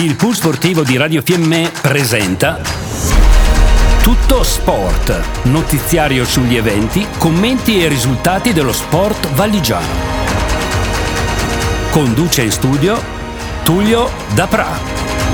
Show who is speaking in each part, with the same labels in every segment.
Speaker 1: Il pool sportivo di Radio Fiemme presenta Tutto Sport, notiziario sugli eventi, commenti e risultati dello sport valligiano. Conduce in studio Tullio Dapra.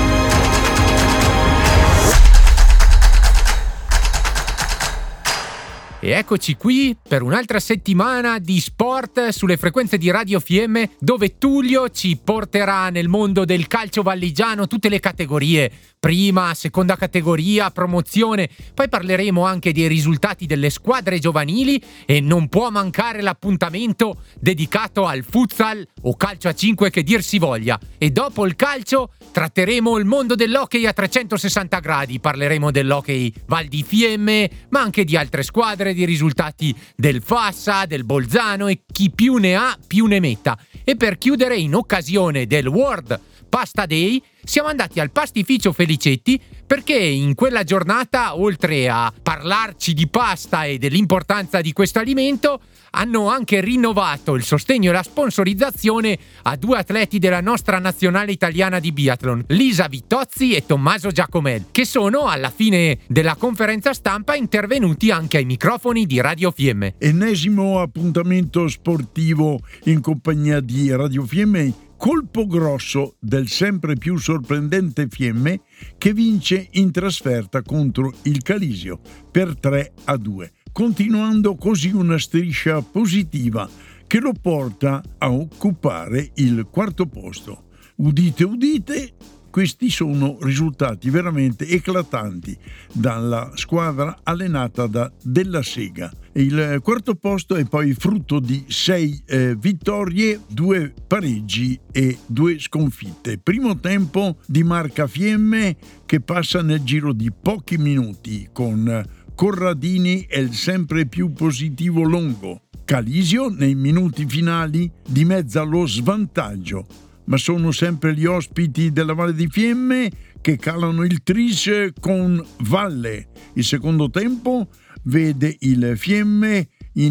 Speaker 2: E eccoci qui per un'altra settimana di sport sulle frequenze di Radio Fiemme, dove Tullio ci porterà nel mondo del calcio valligiano, tutte le categorie, prima, seconda categoria, promozione. Poi parleremo anche dei risultati delle squadre giovanili e non può mancare l'appuntamento dedicato al futsal o calcio a 5 che dir si voglia. E dopo il calcio tratteremo il mondo dell'hockey a 360 gradi, parleremo dell'hockey Val di Fiemme, ma anche di altre squadre, di risultati del Fassa, del Bolzano e chi più ne ha più ne metta. E per chiudere, in occasione del World Pasta Day, siamo andati al pastificio Felicetti perché in quella giornata, oltre a parlarci di pasta e dell'importanza di questo alimento, hanno anche rinnovato il sostegno e la sponsorizzazione a due atleti della nostra nazionale italiana di biathlon, Lisa Vittozzi e Tommaso Giacomel, che sono alla fine della conferenza stampa intervenuti anche ai microfoni di Radio Fiemme.
Speaker 3: Ennesimo appuntamento sportivo in compagnia di Radio Fiemme. Colpo grosso del sempre più sorprendente Fiemme che vince in trasferta contro il Calisio per 3-2, continuando così una striscia positiva che lo porta a occupare il quarto posto. Udite, udite, questi sono risultati veramente eclatanti dalla squadra allenata da Della Sega. Il quarto posto è poi frutto di 6 vittorie, 2 pareggi e 2 sconfitte. Primo tempo di Marca Fiemme che passa nel giro di pochi minuti con Corradini e il sempre più positivo Longo. Calisio nei minuti finali dimezza lo svantaggio, ma sono sempre gli ospiti della Valle di Fiemme che calano il tris con Valle. Il secondo tempo vede il Fiemme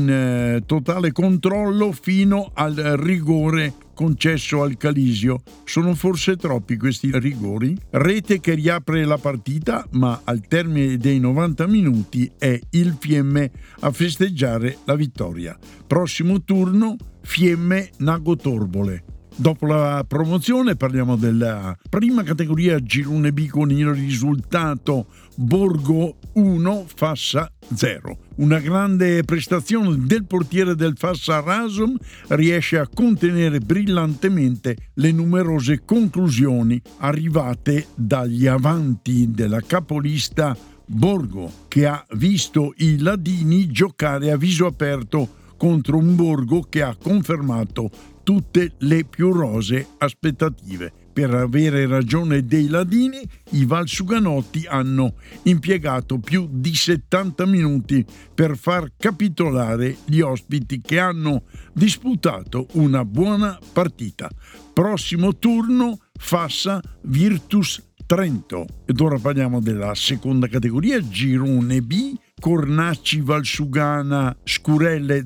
Speaker 3: in totale controllo fino al rigore concesso al Calisio. Sono forse troppi questi rigori? Rete che riapre la partita, ma al termine dei 90 minuti è il Fiemme a festeggiare la vittoria. Prossimo turno Fiemme Nago Torbole. Dopo la promozione parliamo della prima categoria Girone B con il risultato Borgo 1, Fassa 0. Una grande prestazione del portiere del Fassa Rasum riesce a contenere brillantemente le numerose conclusioni arrivate dagli avanti della capolista Borgo, che ha visto i Ladini giocare a viso aperto contro un Borgo che ha confermato tutte le più rosee aspettative. Per avere ragione dei Ladini, i valsuganotti hanno impiegato più di 70 minuti per far capitolare gli ospiti che hanno disputato una buona partita. Prossimo turno Fassa Virtus Trento. Ed ora parliamo della seconda categoria, Girone B, Cornacci Valsugana Scurelle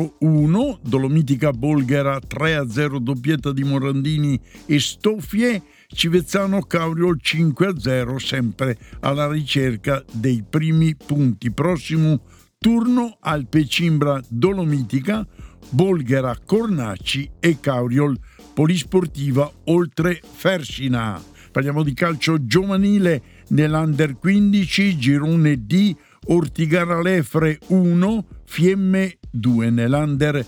Speaker 3: 0-1, Dolomitica Bolghera 3-0, doppietta di Morandini e Stoffie, Civezzano Cauriol 5-0, sempre alla ricerca dei primi punti. Prossimo turno Alpe Cimbra Dolomitica, Bolghera Cornacci e Cauriol Polisportiva Oltre Fersina. Parliamo di calcio giovanile nell'Under 15, Girone D, Ortigara Lefre 1, Fiemme 2. Nell'Under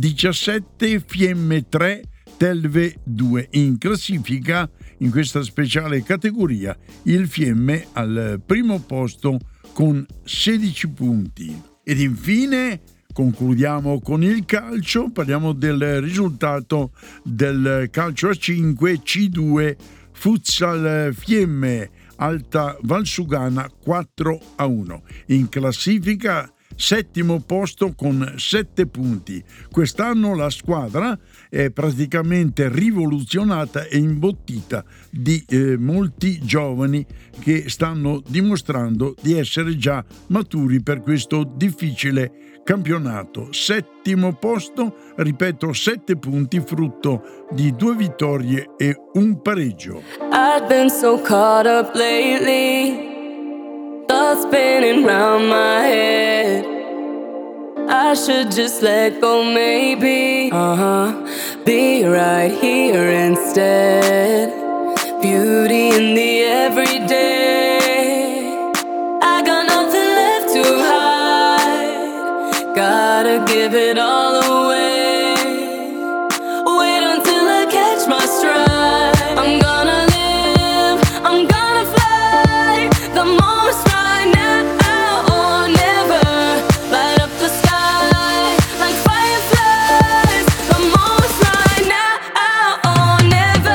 Speaker 3: 17, Fiemme 3, Telve 2. In classifica, in questa speciale categoria, il Fiemme al primo posto con 16 punti. Ed infine concludiamo con il calcio, parliamo del risultato del calcio a 5 C2 Futsal Fiemme Alta Valsugana 4-1. In classifica settimo posto con 7 punti. Quest'anno la squadra è praticamente rivoluzionata e imbottita di molti giovani che stanno dimostrando di essere già maturi per questo difficile campionato. 7° posto, ripeto, 7 punti, frutto di 2 vittorie e un pareggio.
Speaker 4: I've been so caught up lately, thoughts spinning round my head. I should just let go, maybe. Be right here instead. Beauty in the everyday. I got nothing left to hide. Gotta give it all away. Wait until I catch my stride. I'm gonna live, I'm gonna fly. The moment's right now or never. Light up the sky like fireflies. The moment's right now or never.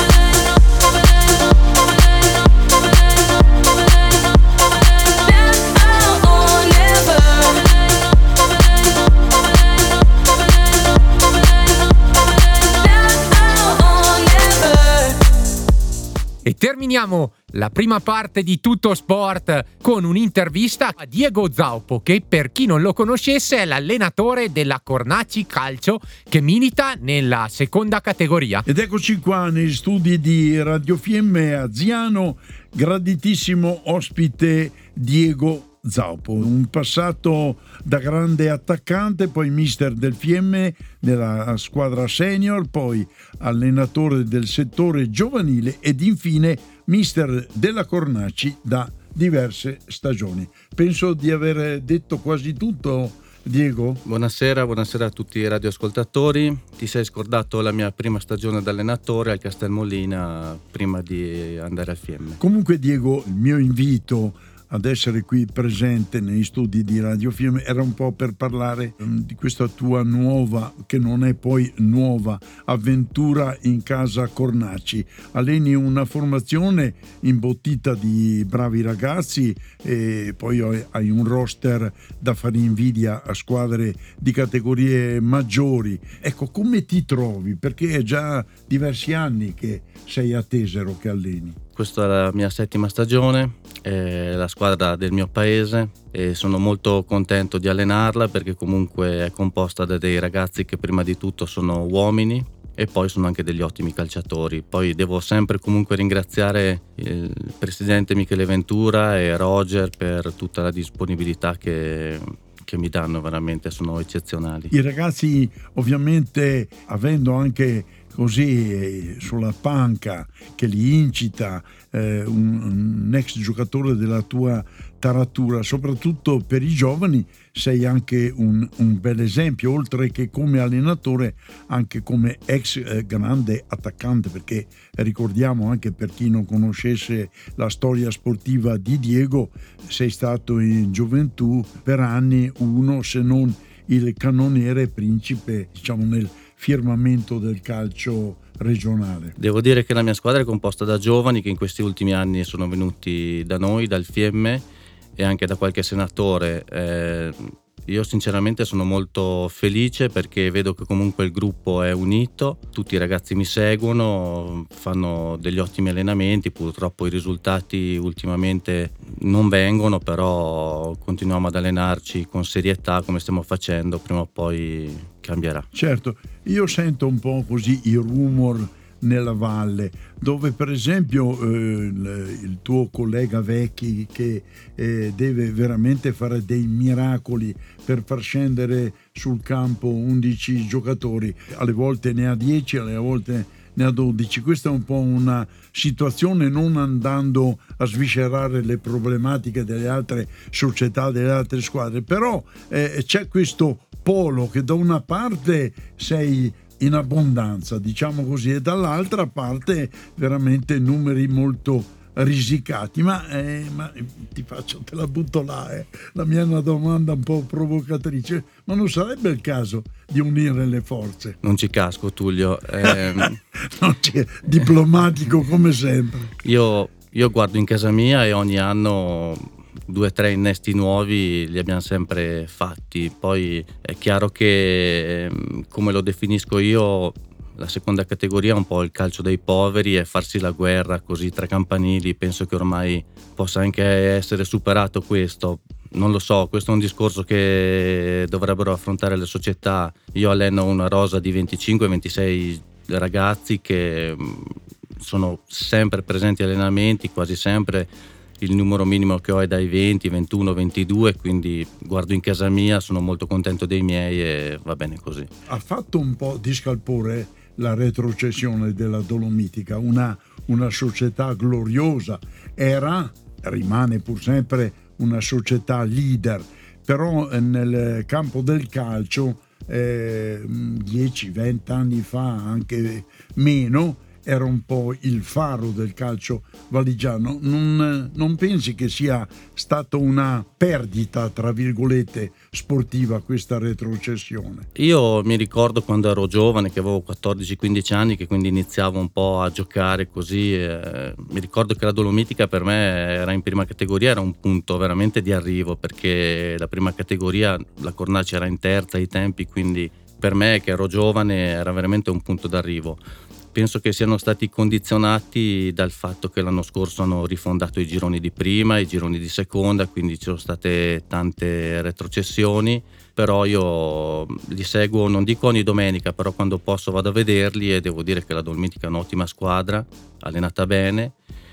Speaker 4: Now or never.
Speaker 2: E terminiamo la prima parte di Tutto Sport con un'intervista a Diego Zaupo, che per chi non lo conoscesse è l'allenatore della Cornaci Calcio, che milita nella 2ª categoria.
Speaker 3: Ed eccoci qua negli studi di Radio Fiemme a Ziano, graditissimo ospite Diego Zaupo, un passato da grande attaccante, poi mister del Fiemme nella squadra senior, poi allenatore del settore giovanile ed infine mister della Cornaci da diverse stagioni. Penso di aver detto quasi tutto, Diego.
Speaker 5: Buonasera a tutti i radioascoltatori. Ti sei scordato la mia prima stagione da allenatore al Castelmolina prima di andare al Fiemme.
Speaker 3: Comunque, Diego, il mio invito ad essere qui presente negli studi di Radio Fiemme era un po' per parlare di questa tua nuova, che non è poi nuova, avventura in casa Cornaci. Alleni una formazione imbottita di bravi ragazzi e poi hai un roster da fare invidia a squadre di categorie maggiori. Ecco, come ti trovi? Perché è già diversi anni che sei a Tesero che alleni.
Speaker 5: Questa è la mia 7ª stagione, è la squadra del mio paese e sono molto contento di allenarla perché comunque è composta da dei ragazzi che prima di tutto sono uomini e poi sono anche degli ottimi calciatori. Poi devo sempre comunque ringraziare il presidente Michele Ventura e Roger per tutta la disponibilità che mi danno, veramente sono eccezionali.
Speaker 3: I ragazzi, ovviamente, avendo anche così sulla panca che li incita un ex giocatore della tua taratura, soprattutto per i giovani sei anche un bel esempio, oltre che come allenatore anche come ex grande attaccante, perché ricordiamo, anche per chi non conoscesse la storia sportiva di Diego, sei stato in gioventù per anni uno, se non il cannoniere principe, diciamo, nel firmamento del calcio regionale.
Speaker 5: Devo dire che la mia squadra è composta da giovani che in questi ultimi anni sono venuti da noi, dal Fiemme e anche da qualche senatore. Io sinceramente sono molto felice perché vedo che comunque il gruppo è unito, tutti i ragazzi mi seguono, fanno degli ottimi allenamenti, purtroppo i risultati ultimamente non vengono, però continuiamo ad allenarci con serietà come stiamo facendo, prima o poi cambierà.
Speaker 3: Certo, io sento un po' così i rumor nella valle, dove per esempio il tuo collega Vecchi che deve veramente fare dei miracoli per far scendere sul campo 11 giocatori, alle volte ne ha 10, alle volte ne ha 12. Questa è un po' una situazione, non andando a sviscerare le problematiche delle altre società, delle altre squadre, però c'è questo polo che da una parte sei in abbondanza, diciamo così, e dall'altra parte veramente numeri molto risicati, ma ti faccio, te la butto là, la mia è una domanda un po' provocatrice, ma non sarebbe il caso di unire le forze?
Speaker 5: Non ci casco, Tullio.
Speaker 3: Non c'è, diplomatico come sempre.
Speaker 5: Io guardo in casa mia e ogni anno 2 o 3 innesti nuovi li abbiamo sempre fatti. Poi è chiaro che, come lo definisco io, la seconda categoria è un po' il calcio dei poveri, è farsi la guerra così tra campanili. Penso che ormai possa anche essere superato questo. non lo so, questo è un discorso che dovrebbero affrontare le società. Io alleno una rosa di 25-26 ragazzi che sono sempre presenti agli allenamenti, quasi sempre. Il numero minimo che ho è dai 20, 21, 22, quindi guardo in casa mia, sono molto contento dei miei e va bene così.
Speaker 3: Ha fatto un po' di scalpore la retrocessione della Dolomitica, una società gloriosa, rimane pur sempre una società leader, però nel campo del calcio 10-20 anni fa, anche meno, era un po' il faro del calcio valigiano. Non pensi che sia stata una perdita, tra virgolette, sportiva questa retrocessione?
Speaker 5: Io mi ricordo quando ero giovane, che avevo 14-15 anni, che quindi iniziavo un po' a giocare così. Mi ricordo che la Dolomitica per me era in prima categoria, era un punto veramente di arrivo, perché la prima categoria, la Cornaci era in terza ai tempi, quindi per me che ero giovane era veramente un punto d'arrivo. Penso che siano stati condizionati dal fatto che l'anno scorso hanno rifondato i gironi di prima, i gironi di seconda, quindi ci sono state tante retrocessioni, però io li seguo, non dico ogni domenica, però quando posso vado a vederli e devo dire che la Dolomitica è un'ottima squadra, allenata bene,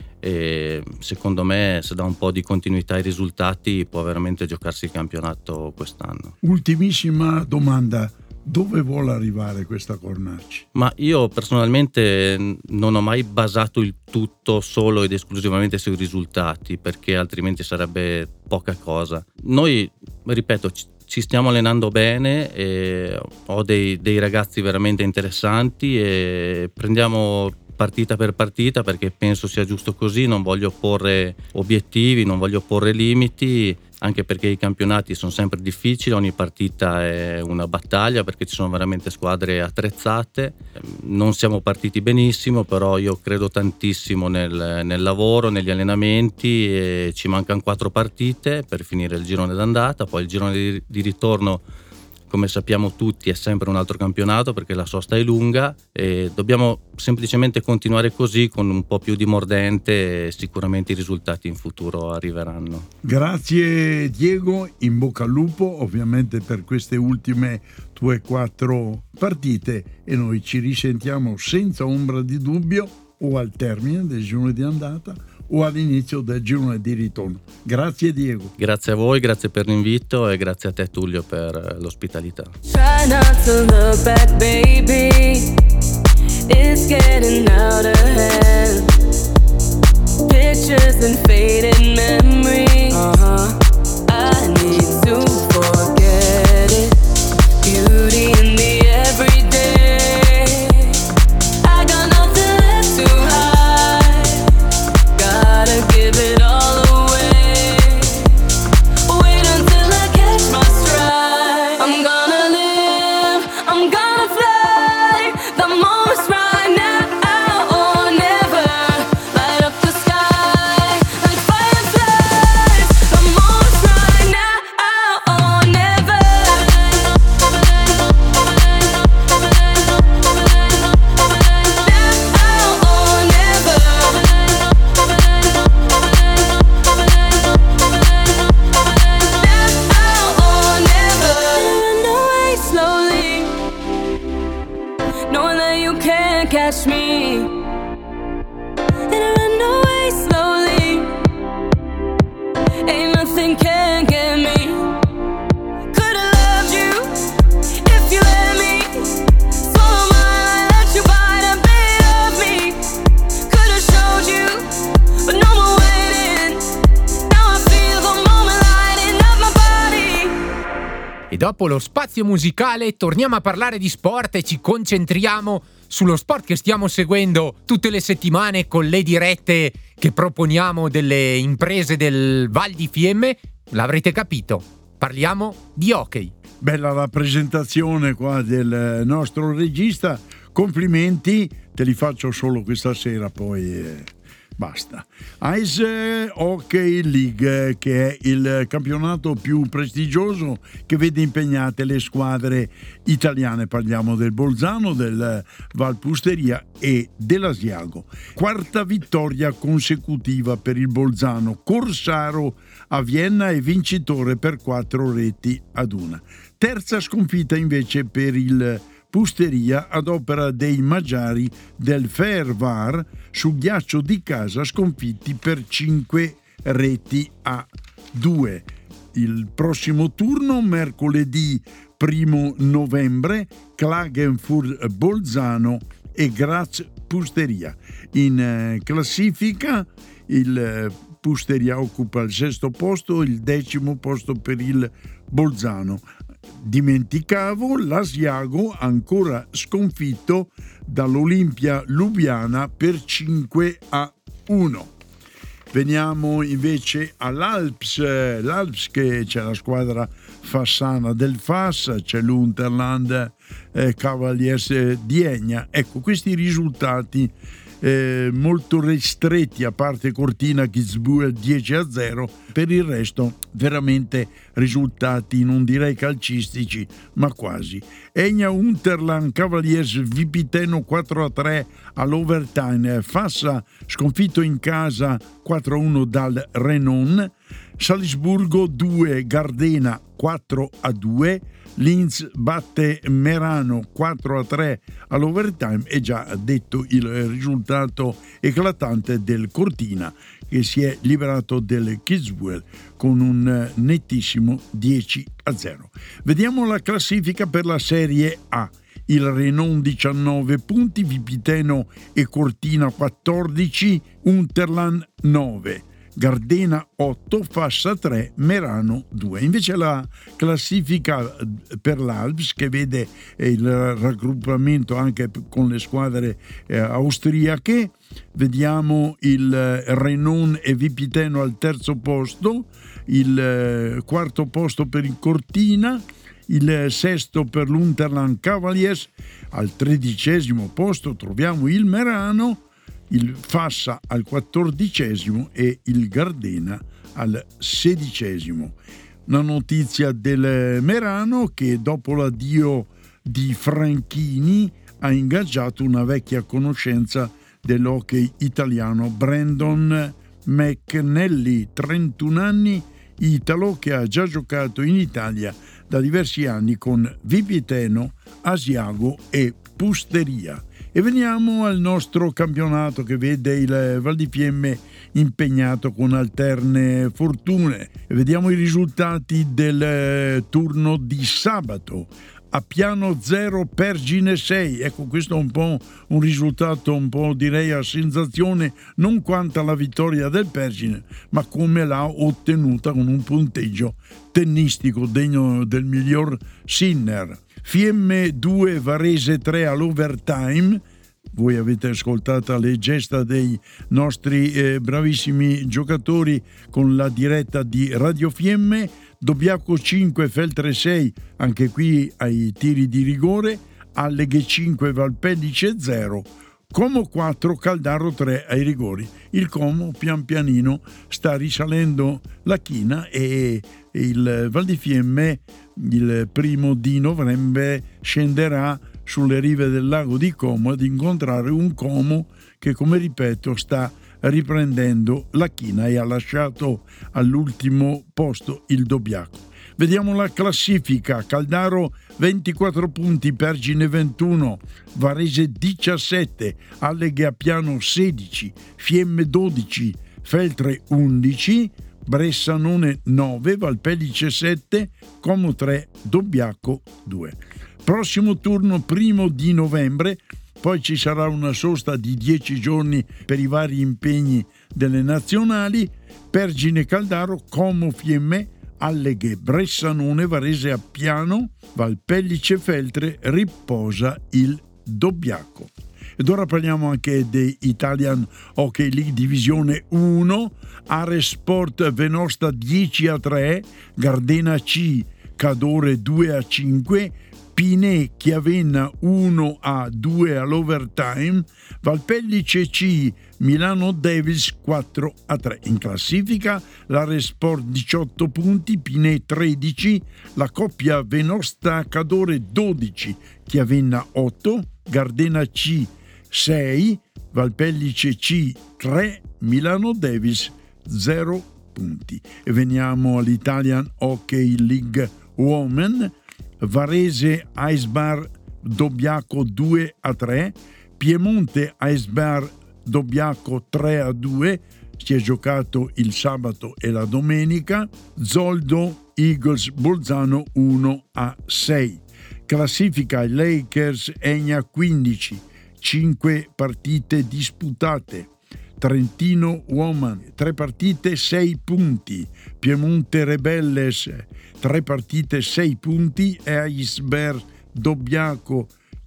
Speaker 5: e secondo me se dà un po' di continuità ai risultati può veramente giocarsi il campionato quest'anno.
Speaker 3: Ultimissima domanda. Dove vuole arrivare questa Cornaci?
Speaker 5: Ma io personalmente non ho mai basato il tutto solo ed esclusivamente sui risultati, perché altrimenti sarebbe poca cosa. Noi, ripeto, ci stiamo allenando bene, e ho dei ragazzi veramente interessanti e prendiamo partita per partita, perché penso sia giusto così. Non voglio porre obiettivi, non voglio porre limiti, anche perché i campionati sono sempre difficili, ogni partita è una battaglia, perché ci sono veramente squadre attrezzate. Non siamo partiti benissimo, però io credo tantissimo nel lavoro, negli allenamenti, e ci mancano 4 partite per finire il girone d'andata, poi il girone di ritorno, come sappiamo tutti, è sempre un altro campionato, perché la sosta è lunga e dobbiamo semplicemente continuare così, con un po' più di mordente, e sicuramente i risultati in futuro arriveranno.
Speaker 3: Grazie Diego, in bocca al lupo ovviamente per queste ultime tue 4 partite, e noi ci risentiamo senza ombra di dubbio o al termine del girone di andata o all'inizio del girone di ritorno. Grazie Diego.
Speaker 5: Grazie a voi, grazie per l'invito e grazie a te Tullio per l'ospitalità.
Speaker 4: Try not to look back, baby. It's getting out of hand. Pictures and faded memories. I need to forget it. Beauty in the everyday. I got nothing left to hide. Gotta give it all away. Wait until I catch my stride. I'm gonna live, I'm gonna fly. The moment's right now or never. Light up the sky like fireflies. The moment's right now or never. Now or never. Now or never. Run away slowly, knowing that you can't catch me. And I run away slowly, ain't nothing can get me. Could've loved you if you let me. Swallow my life, let you bite a bit of me. Could've showed you, but no more waiting. Now I feel the moment lighting up my body.
Speaker 2: E dopo lo spazio musicale torniamo a parlare di sport e ci concentriamo sullo sport che stiamo seguendo tutte le settimane con le dirette che proponiamo delle imprese del Val di Fiemme. L'avrete capito, parliamo di hockey.
Speaker 3: Bella rappresentazione qua del nostro regista, complimenti, te li faccio solo questa sera, poi Basta. Ice Hockey League, che è il campionato più prestigioso che vede impegnate le squadre italiane. Parliamo del Bolzano, del Valpusteria e dell'Asiago. Quarta vittoria consecutiva per il Bolzano. Corsaro a Vienna e vincitore per 4-1. Terza sconfitta invece per il Pusteria ad opera dei magiari del Fehérvár su ghiaccio di casa, sconfitti per 5-2. Il prossimo turno, mercoledì 1 novembre, Klagenfurt Bolzano e Graz Pusteria. In classifica il Pusteria occupa il 6° posto, il 10° posto per il Bolzano. Dimenticavo l'Asiago, ancora sconfitto dall'Olimpia Lubiana per 5-1. Veniamo invece all'Alps, che c'è la squadra fassana del FAS, c'è l'Unterland Cavaliers di Egna. Ecco, questi risultati molto ristretti, a parte Cortina Kitzbühel 10-0, per il resto veramente risultati non direi calcistici, ma quasi. Egna Unterland Cavaliers Vipiteno 4-3 all'overtime, Fassa sconfitto in casa 4-1 dal Renon, Salisburgo 2 Gardena 4-2, Linz batte Merano 4-3 all'overtime, e già detto il risultato eclatante del Cortina, che si è liberato del Kitzbühel con un nettissimo 10-0. Vediamo la classifica per la Serie A. Il Renon 19 punti, Vipiteno e Cortina 14, Unterland 9. Gardena 8, Fassa 3, Merano 2. Invece la classifica per l'Alps, che vede il raggruppamento anche con le squadre austriache, vediamo il Renon e Vipiteno al 3° posto, il 4° posto per il Cortina, il 6° per l'Unterland Cavaliers, al 13° posto troviamo il Merano, il Fassa al 14° e il Gardena al 16°. Una notizia del Merano, che dopo l'addio di Franchini ha ingaggiato una vecchia conoscenza dell'hockey italiano, Brandon McNally, 31 anni, italo, che ha già giocato in Italia da diversi anni con Vipiteno, Asiago e Pusteria. E veniamo al nostro campionato, che vede il Val di Fiemme impegnato con alterne fortune. E vediamo i risultati del turno di sabato. Appiano 0, Pergine 6. Ecco, questo è un po' un risultato un po', direi, a sensazione, non quanto alla vittoria del Pergine, ma come l'ha ottenuta, con un punteggio tennistico degno del miglior Sinner. Fiemme 2, Varese 3 all'overtime. Voi avete ascoltato le gesta dei nostri bravissimi giocatori con la diretta di Radio Fiemme. Dobbiaco 5, Feltre 6, anche qui ai tiri di rigore. Alleghe 5, Valpellice 0. Como 4, Caldaro 3 ai rigori. Il Como pian pianino sta risalendo la china, e il Val di Fiemme il 1 di novembre scenderà sulle rive del lago di Como ad incontrare un Como che, come ripeto, sta riprendendo la china e ha lasciato all'ultimo posto il Dobbiaco. Vediamo la classifica. Caldaro 24 punti, Pergine 21, Varese 17, Alleghe Appiano 16, Fiemme 12, Feltre 11, Bressanone 9, Valpellice 7, Como 3, Dobbiaco 2. Prossimo turno 1 di novembre, poi ci sarà una sosta di 10 giorni per i vari impegni delle nazionali. Pergine Caldaro, Como Fiemme, Alleghe Bressanone, Varese Appiano, Valpellice Feltre, riposa il Dobbiaco. Ed ora parliamo anche dei Italian Hockey League Divisione 1. Ares Sport Venosta 10-3, Gardena C Cadore 2-5, Pinè Chiavenna 1-2 all'overtime, Valpellice C Milano Devils 4-3. In classifica l'Aresport 18 punti, Pinè 13, la coppia Venosta Cadore 12, Chiavenna 8, Gardena C 6, Valpellice C 3, Milano Devils 0 punti. E veniamo all'Italian Hockey League Women. Varese Icebar Dobbiaco 2-3, Piemonte Icebar Dobbiaco 3-2, si è giocato il sabato e la domenica, Zoldo Eagles Bolzano 1-6. Classifica Lakers Egna 15, 5 partite disputate. Trentino Woman 3 partite 6 punti, Piemonte Rebelles 3 partite 6 punti, Iceberg Dobbiaco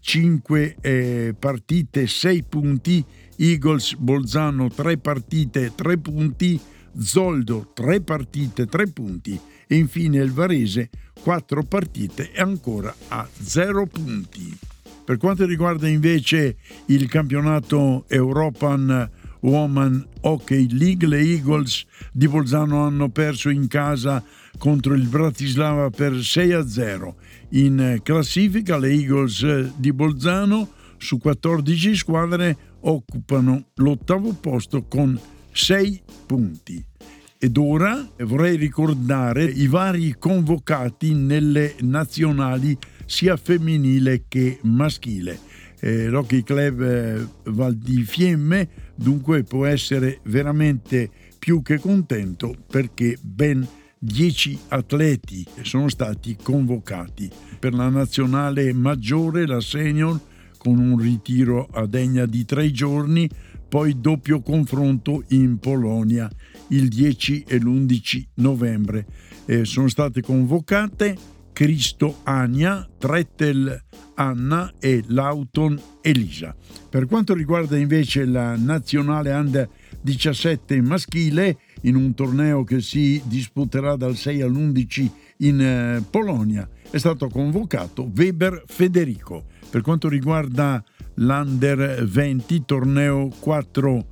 Speaker 3: 5 partite 6 punti, Eagles Bolzano 3 partite 3 punti, Zoldo 3 partite 3 punti e infine il Varese 4 partite e ancora a 0 punti. Per quanto riguarda invece il campionato European Women Hockey League, le Eagles di Bolzano hanno perso in casa contro il Bratislava per 6-0. In classifica le Eagles di Bolzano su 14 squadre occupano l'8° posto con 6 punti. Ed ora vorrei ricordare i vari convocati nelle nazionali sia femminile che maschile. L'Hockey Club Val di Fiemme dunque può essere veramente più che contento perché ben 10 atleti sono stati convocati per la nazionale maggiore, la senior, con un ritiro a Degna di 3 giorni, poi doppio confronto in Polonia il 10 e l'11 novembre. Sono state convocate Cristo Ania, Trettel Anna e Lauton Elisa. Per quanto riguarda invece la nazionale Under 17 maschile, in un torneo che si disputerà dal 6 all'11 in Polonia, è stato convocato Weber Federico. Per quanto riguarda l'Under 20, torneo 4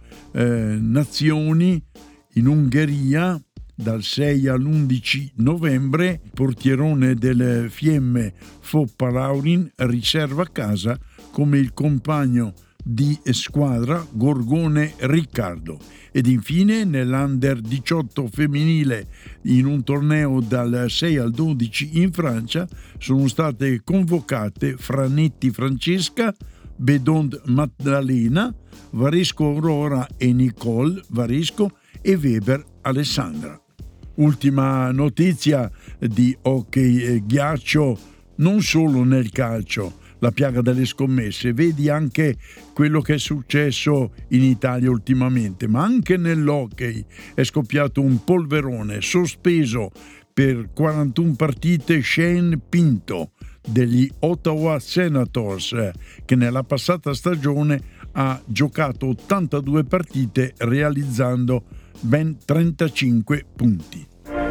Speaker 3: nazioni in Ungheria, dal 6 all'11 novembre, portierone del Fiemme Foppa Laurin riserva a casa come il compagno di squadra Gorgone Riccardo. Ed infine nell'Under 18 femminile, in un torneo dal 6 al 12 in Francia, sono state convocate Franetti Francesca, Bedond Maddalena, Varesco Aurora e Nicole Varesco e Weber Alessandra. Ultima notizia di hockey ghiaccio, non solo nel calcio, la piaga delle scommesse, vedi anche quello che è successo in Italia ultimamente, ma anche nell'hockey è scoppiato un polverone, sospeso per 41 partite Shane Pinto degli Ottawa Senators, che nella passata stagione ha giocato 82 partite realizzando ben 35 punti.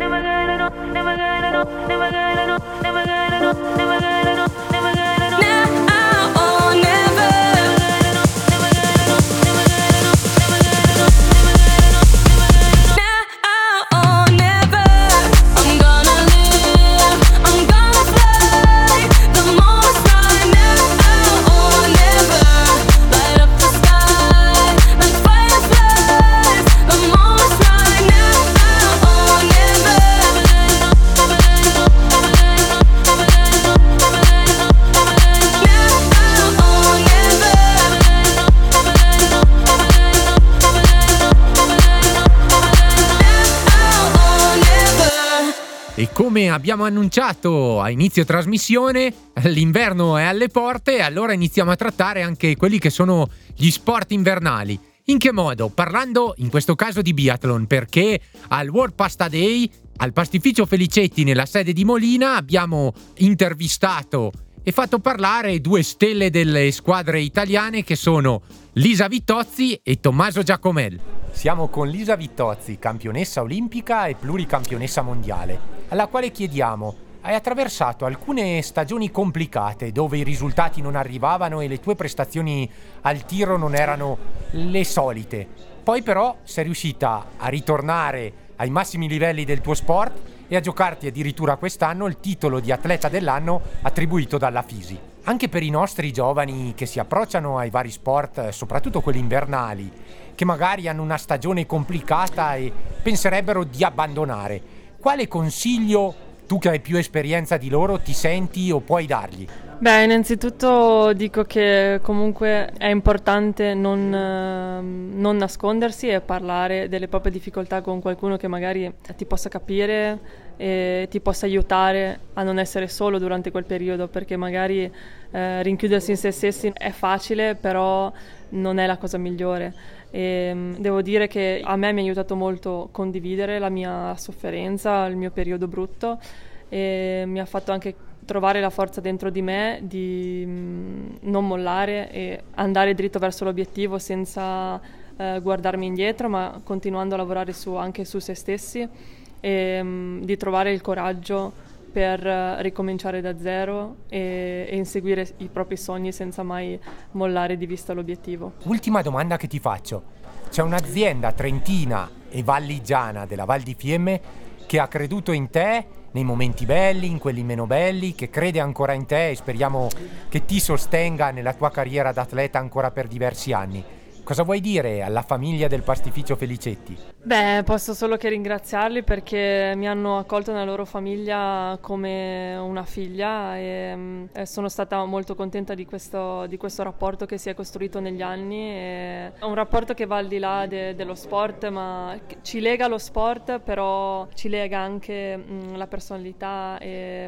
Speaker 2: E come abbiamo annunciato a inizio trasmissione, l'inverno è alle porte e allora iniziamo a trattare anche quelli che sono gli sport invernali. In che modo? Parlando in questo caso di biathlon, perché al World Pasta Day, al Pastificio Felicetti nella sede di Molina, abbiamo intervistato e fatto parlare 2 stelle delle squadre italiane che sono Lisa Vittozzi e Tommaso Giacomel. Siamo con Lisa Vittozzi, campionessa olimpica e pluricampionessa mondiale, alla quale chiediamo: Hai attraversato alcune stagioni complicate dove i risultati non arrivavano e le tue prestazioni al tiro non erano le solite. Poi però sei riuscita a ritornare ai massimi livelli del tuo sport e a giocarti addirittura quest'anno il titolo di atleta dell'anno attribuito dalla FISI. Anche per i nostri giovani che si approcciano ai vari sport, soprattutto quelli invernali, che magari hanno una stagione complicata e penserebbero di abbandonare, quale consiglio tu che hai più esperienza di loro ti senti o puoi dargli?
Speaker 6: Beh, innanzitutto dico che comunque è importante non nascondersi e parlare delle proprie difficoltà con qualcuno che magari ti possa capire e ti possa aiutare a non essere solo durante quel periodo, perché magari rinchiudersi in se stessi è facile, però non è la cosa migliore. E devo dire che a me mi ha aiutato molto condividere la mia sofferenza, il mio periodo brutto, e mi ha fatto anche trovare la forza dentro di me di non mollare e andare dritto verso l'obiettivo senza guardarmi indietro, ma continuando a lavorare anche su se stessi e di trovare il coraggio per ricominciare da zero e inseguire i propri sogni senza mai mollare di vista l'obiettivo.
Speaker 2: Ultima domanda che ti faccio. C'è un'azienda trentina e valligiana della Val di Fiemme che ha creduto in te nei momenti belli, in quelli meno belli, che crede ancora in te e speriamo che ti sostenga nella tua carriera d'atleta ancora per diversi anni. Cosa vuoi dire alla famiglia del pastificio Felicetti?
Speaker 6: Beh, posso solo che ringraziarli perché mi hanno accolto nella loro famiglia come una figlia e sono stata molto contenta di questo rapporto che si è costruito negli anni. È un rapporto che va al di là dello sport, ma ci lega lo sport, però ci lega anche la personalità e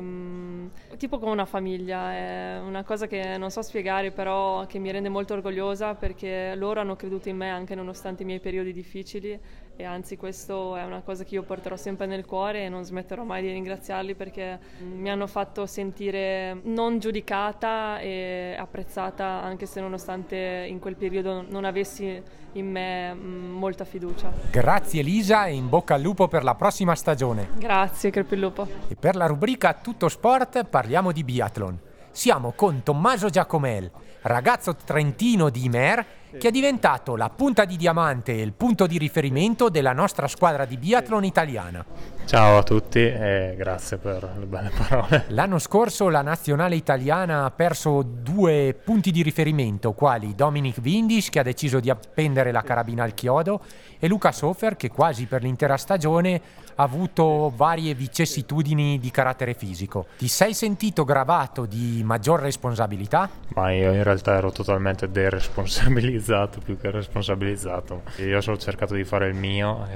Speaker 6: tipo come una famiglia. È una cosa che non so spiegare, però che mi rende molto orgogliosa perché loro hanno creduto in me anche nonostante i miei periodi difficili e anzi questo è una cosa che io porterò sempre nel cuore e non smetterò mai di ringraziarli perché mi hanno fatto sentire non giudicata e apprezzata anche se nonostante in quel periodo non avessi in me molta fiducia.
Speaker 2: Grazie Elisa e in bocca al lupo per la prossima stagione.
Speaker 6: Grazie, crepi il lupo.
Speaker 2: E per la rubrica Tutto Sport parliamo di biathlon. Siamo con Tommaso Giacomel, ragazzo trentino di Ymer che è diventato la punta di diamante e il punto di riferimento della nostra squadra di biathlon italiana.
Speaker 7: Ciao a tutti e grazie per le belle parole.
Speaker 2: L'anno scorso la nazionale italiana ha perso 2 punti di riferimento, quali Dominic Windis che ha deciso di appendere la carabina al chiodo e Luca Sofer che quasi per l'intera stagione ha avuto varie vicissitudini di carattere fisico. Ti sei sentito gravato di maggior responsabilità?
Speaker 7: Ma io in realtà ero totalmente deresponsabilizzato più che responsabilizzato. Io ho solo cercato di fare il mio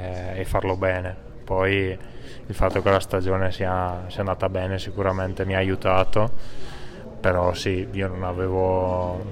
Speaker 7: e farlo bene. Poi il fatto che la stagione sia andata bene sicuramente mi ha aiutato, però sì, io non avevo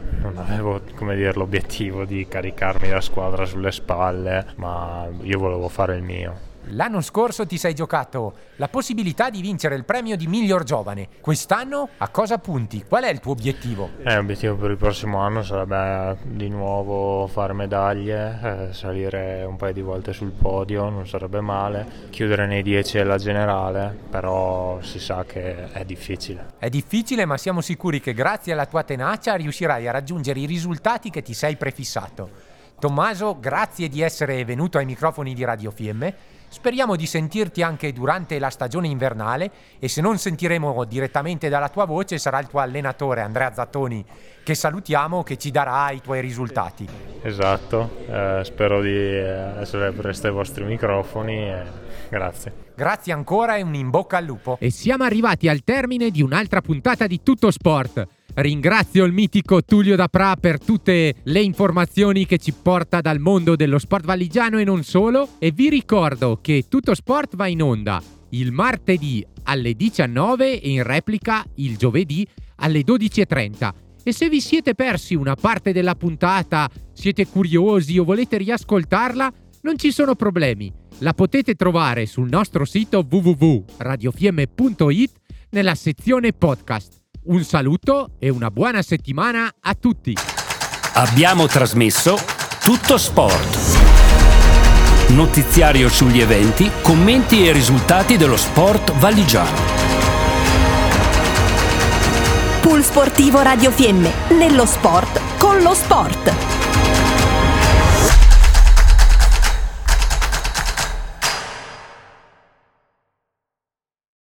Speaker 7: come dire, l'obiettivo di caricarmi la squadra sulle spalle, ma io volevo fare il mio.
Speaker 2: L'anno scorso ti sei giocato la possibilità di vincere il premio di miglior giovane. Quest'anno a cosa punti? Qual è il tuo obiettivo?
Speaker 7: L'obiettivo per il prossimo anno sarebbe di nuovo fare medaglie, salire un paio di volte sul podio, non sarebbe male, chiudere nei 10 alla generale, però si sa che è difficile.
Speaker 2: È difficile, ma siamo sicuri che grazie alla tua tenacia riuscirai a raggiungere i risultati che ti sei prefissato. Tommaso, grazie di essere venuto ai microfoni di Radio Fiemme. Speriamo di sentirti anche durante la stagione invernale e se non sentiremo direttamente dalla tua voce sarà il tuo allenatore Andrea Zattoni che salutiamo, che ci darà i tuoi risultati.
Speaker 7: Esatto, spero di essere presto ai vostri microfoni grazie.
Speaker 2: Grazie ancora e un in bocca al lupo. E siamo arrivati al termine di un'altra puntata di Tutto Sport. Ringrazio il mitico Tullio Dapra per tutte le informazioni che ci porta dal mondo dello sport valligiano e non solo, e vi ricordo che Tutto Sport va in onda il martedì alle 19 e in replica il giovedì alle 12:30. E se vi siete persi una parte della puntata, siete curiosi o volete riascoltarla, non ci sono problemi. La potete trovare sul nostro sito www.radiofiemme.it nella sezione podcast. Un saluto e una buona settimana a tutti.
Speaker 1: Abbiamo trasmesso Tutto Sport. Notiziario sugli eventi, commenti e risultati dello sport valligiano.
Speaker 8: Pool Sportivo Radio Fiemme, nello sport con lo sport.